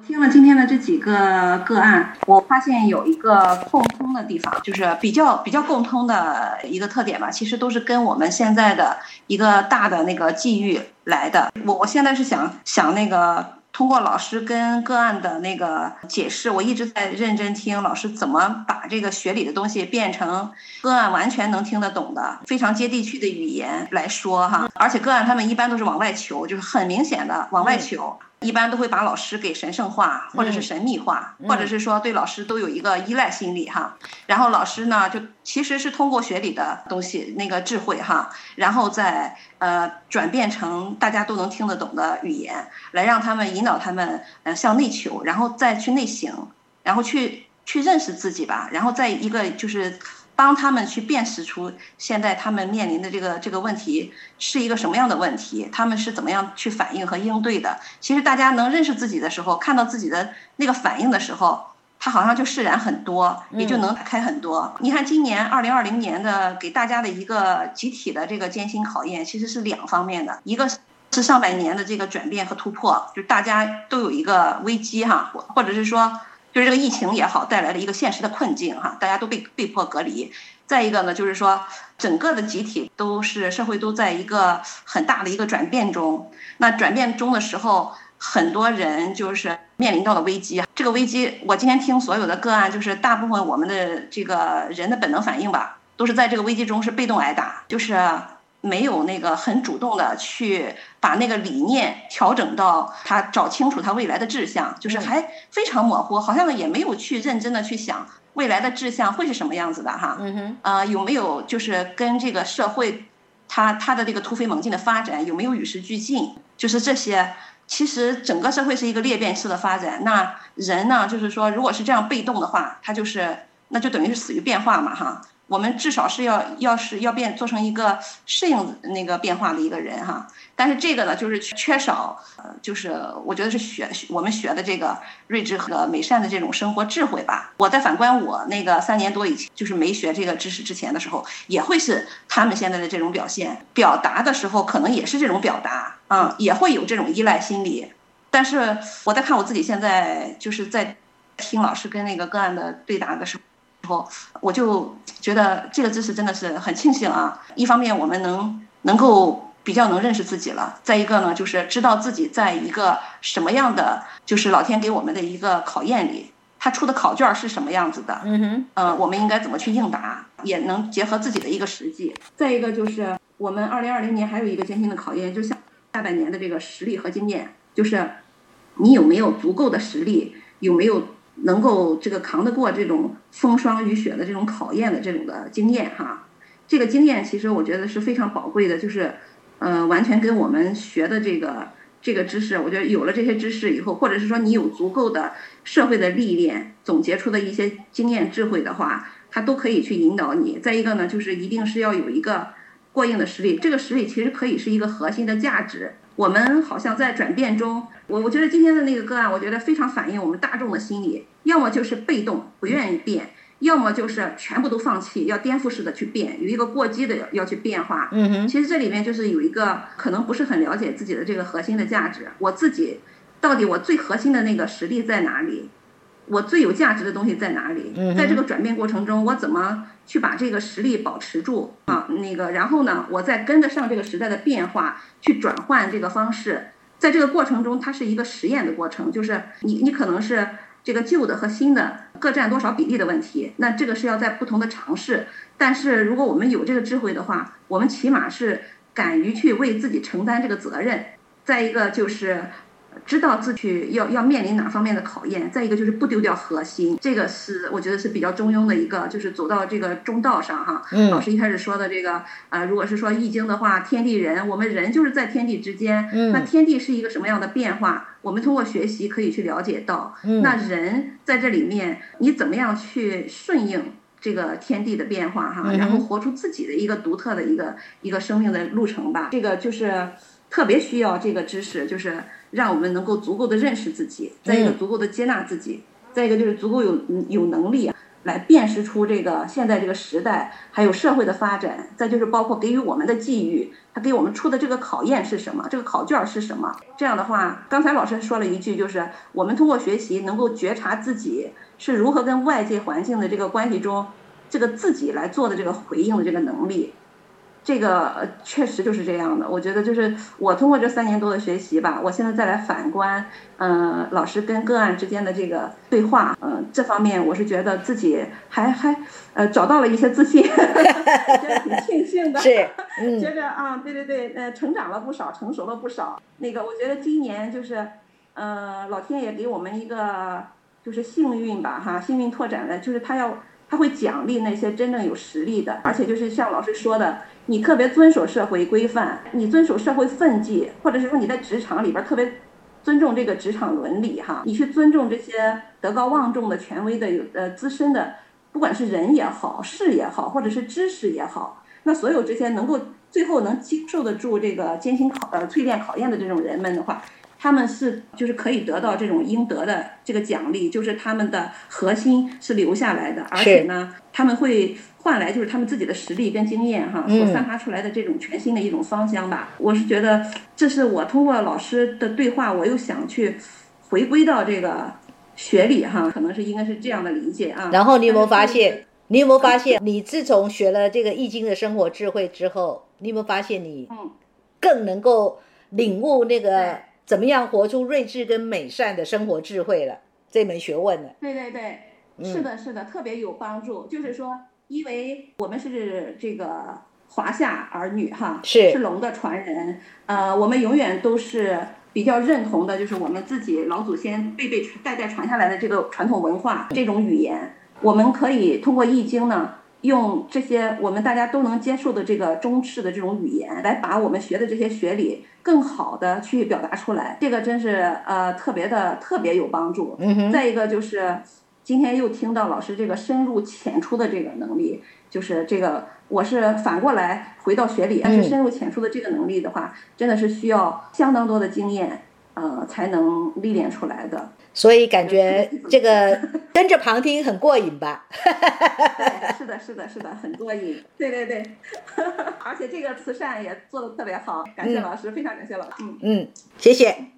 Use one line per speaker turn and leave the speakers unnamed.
听了今天的这几个个案，我发现有一个共通的地方，就是比较共通的一个特点吧，其实都是跟我们现在的一个大的那个际遇来的。我现在是想那个通过老师跟个案的那个解释，我一直在认真听老师怎么把这个学理的东西变成个案完全能听得懂的非常接地气的语言来说哈。而且个案他们一般都是往外求，就是很明显的往外求。一般都会把老师给神圣化，或者是神秘化，或者是说对老师都有一个依赖心理哈。然后老师呢，就其实是通过学理的东西那个智慧哈，然后再转变成大家都能听得懂的语言，来让他们引导他们向内求，然后再去内省，然后去认识自己吧，然后再一个就是帮他们去辨识出现在他们面临的这个问题是一个什么样的问题，他们是怎么样去反应和应对的。其实大家能认识自己的时候，看到自己的那个反应的时候，他好像就释然很多，也就能打开很多。你看今年2020年的给大家的一个集体的这个艰辛考验，其实是两方面的，一个是上百年的这个转变和突破，就大家都有一个危机哈，或者是说就是这个疫情也好带来了一个现实的困境哈，大家都被迫隔离。再一个呢，就是说整个的集体都是社会都在一个很大的一个转变中。那转变中的时候，很多人就是面临到了危机。这个危机，我今天听所有的个案，就是大部分我们的这个人的本能反应吧，都是在这个危机中是被动挨打，就是没有那个很主动的去把那个理念调整到他找清楚他未来的志向，就是还非常模糊，好像也没有去认真的去想未来的志向会是什么样子的哈。有没有就是跟这个社会它的这个突飞猛进的发展有没有与时俱进，就是这些。其实整个社会是一个裂变式的发展，那人呢，就是说如果是这样被动的话，他就是那就等于是死于变化嘛哈。我们至少是要做成一个适应那个变化的一个人哈，但是这个呢，就是缺少就是我觉得是我们学的这个睿智和美善的这种生活智慧吧。我在反观我那个3年多以前，就是没学这个知识之前的时候，也会是他们现在的这种表现，表达的时候可能也是这种表达也会有这种依赖心理。但是我在看我自己现在就是在听老师跟那个个案的对答的时候，我就觉得这个知识真的是很庆幸啊。一方面我们能够比较能认识自己了，再一个呢，就是知道自己在一个什么样的就是老天给我们的一个考验里，他出的考卷是什么样子的，我们应该怎么去应答，也能结合自己的一个实际。再一个就是我们2020年还有一个艰辛的考验，就下半年的这个实力和经验，就是你有没有足够的实力，有没有能够这个扛得过这种风霜雨雪的这种考验的这种的经验哈。这个经验其实我觉得是非常宝贵的，就是完全跟我们学的这个知识，我觉得有了这些知识以后，或者是说你有足够的社会的历练总结出的一些经验智慧的话，它都可以去引导你。再一个呢，就是一定是要有一个过硬的实力，这个实力其实可以是一个核心的价值。我们好像在转变中，我觉得今天的那个个案，我觉得非常反映我们大众的心理，要么就是被动不愿意变，要么就是全部都放弃，要颠覆式的去变，有一个过激的要去变化。其实这里面就是有一个可能不是很了解自己的这个核心的价值，我自己到底我最核心的那个实力在哪里，我最有价值的东西在哪里，在这个转变过程中我怎么去把这个实力保持住然后呢我再跟得上这个时代的变化去转换这个方式。在这个过程中它是一个实验的过程，就是你可能是这个旧的和新的各占多少比例的问题，那这个是要在不同的尝试。但是如果我们有这个智慧的话，我们起码是敢于去为自己承担这个责任。再一个就是知道自己要面临哪方面的考验，再一个就是不丢掉核心，这个是我觉得是比较中庸的一个，就是走到这个中道上哈。老师一开始说的这个如果是说易经的话，天地人，我们人就是在天地之间，那天地是一个什么样的变化，我们通过学习可以去了解到，那人在这里面你怎么样去顺应这个天地的变化哈，然后活出自己的一个独特的一个生命的路程吧。这个就是特别需要这个知识，就是让我们能够足够的认识自己，再一个足够的接纳自己，再一个就是足够有能力来辨识出这个现在这个时代还有社会的发展，再就是包括给予我们的际遇，他给我们出的这个考验是什么，这个考卷是什么。这样的话，刚才老师说了一句，就是我们通过学习能够觉察自己是如何跟外界环境的这个关系中，这个自己来做的这个回应的这个能力。这个确实就是这样的，我觉得就是我通过这3年多的学习吧，我现在再来反观，老师跟个案之间的这个对话，这方面我是觉得自己还找到了一些自信，觉得挺庆幸的，
是，
觉着啊，对对对，成长了不少，成熟了不少。那个我觉得今年就是，老天爷给我们一个就是幸运吧，哈，幸运拓展的，就是他会奖励那些真正有实力的，而且就是像老师说的。你特别遵守社会规范，你遵守社会分际，或者是说你在职场里边特别尊重这个职场伦理哈，你去尊重这些德高望重的权威的资深的，不管是人也好，事也好，或者是知识也好，那所有这些能够最后能经受得住这个艰辛淬炼考验的这种人们的话，他们是就是可以得到这种应得的这个奖励，就是他们的核心是留下来的，而且呢，他们会换来就是他们自己的实力跟经验哈，所散发出来的这种全新的一种芳香吧。我是觉得这是我通过老师的对话，我又想去回归到这个学理哈，可能是应该是这样的理解啊。
然后你有没有发现？你有没有发现，你自从学了这个易经的生活智慧之后，你有没有发现你更能够领悟那个怎么样活出睿智跟美善的生活智慧了？这门学问了。
对对对，是的，是的，特别有帮助。就是说，因为我们是这个华夏儿女哈，是龙的传人，我们永远都是比较认同的，就是我们自己老祖先代代传下来的这个传统文化这种语言。我们可以通过易经呢，用这些我们大家都能接受的这个中式的这种语言，来把我们学的这些学理更好的去表达出来，这个真是特别有帮助。再一个就是今天又听到老师这个深入浅出的这个能力，就是这个我是反过来回到学理，但是深入浅出的这个能力的话，真的是需要相当多的经验。才能历练出来的，
所以感觉这个跟着旁听很过瘾吧？
对，是的，是的，是的，很过瘾。对对对，而且这个慈善也做得特别好，感谢老师，非常感谢老师。
谢谢。